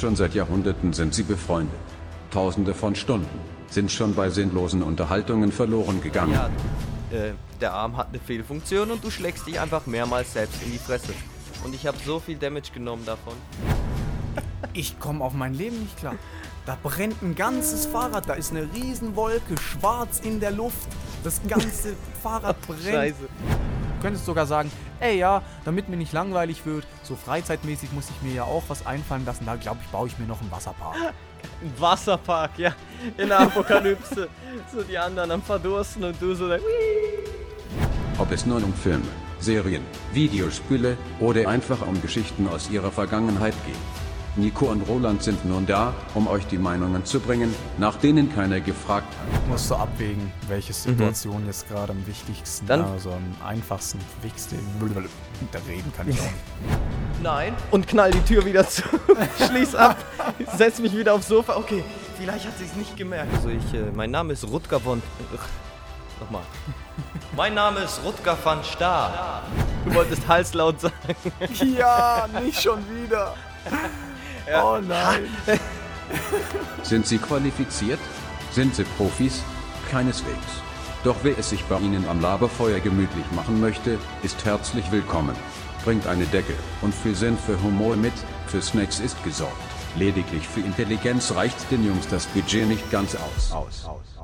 Schon seit Jahrhunderten sind sie befreundet. Tausende von Stunden sind schon bei sinnlosen Unterhaltungen verloren gegangen. Ja, der Arm hat eine Fehlfunktion und du schlägst dich einfach mehrmals selbst in die Fresse. Und ich habe so viel Damage genommen davon. Ich komme auf mein Leben nicht klar. Da brennt ein ganzes Fahrrad, da ist eine Riesenwolke, schwarz in der Luft. Das ganze Fahrrad brennt. Scheiße. Du könntest sogar sagen, ey ja, damit mir nicht langweilig wird, so freizeitmäßig muss ich mir ja auch was einfallen lassen. Da glaube ich, baue ich mir noch einen Wasserpark. Ein Wasserpark, ja. In der Apokalypse. So die anderen am Verdursten und du so da. Ob es nun um Filme, Serien, Videospiele oder einfach um Geschichten aus ihrer Vergangenheit geht. Nico und Roland sind nun da, um euch die Meinungen zu bringen, nach denen keiner gefragt hat. Musst du abwägen, welche Situation jetzt gerade am wichtigsten, Dann- also am einfachsten, wichtigsten. Da reden kann ich auch nicht. Nein. Und knall die Tür wieder zu. Schließ ab. Setz mich wieder aufs Sofa. Okay, vielleicht hat sie es nicht gemerkt. Also mein Name ist Rutger von... Nochmal. Mein Name ist Rutger van Staar. Du wolltest halslaut sagen. Ja, nicht schon wieder. Ja. Oh nein. Sind sie qualifiziert? Sind sie Profis? Keineswegs. Doch wer es sich bei ihnen am Lagerfeuer gemütlich machen möchte, ist herzlich willkommen. Bringt eine Decke und viel Sinn für Humor mit, für Snacks ist gesorgt. Lediglich für Intelligenz reicht den Jungs das Budget nicht ganz aus.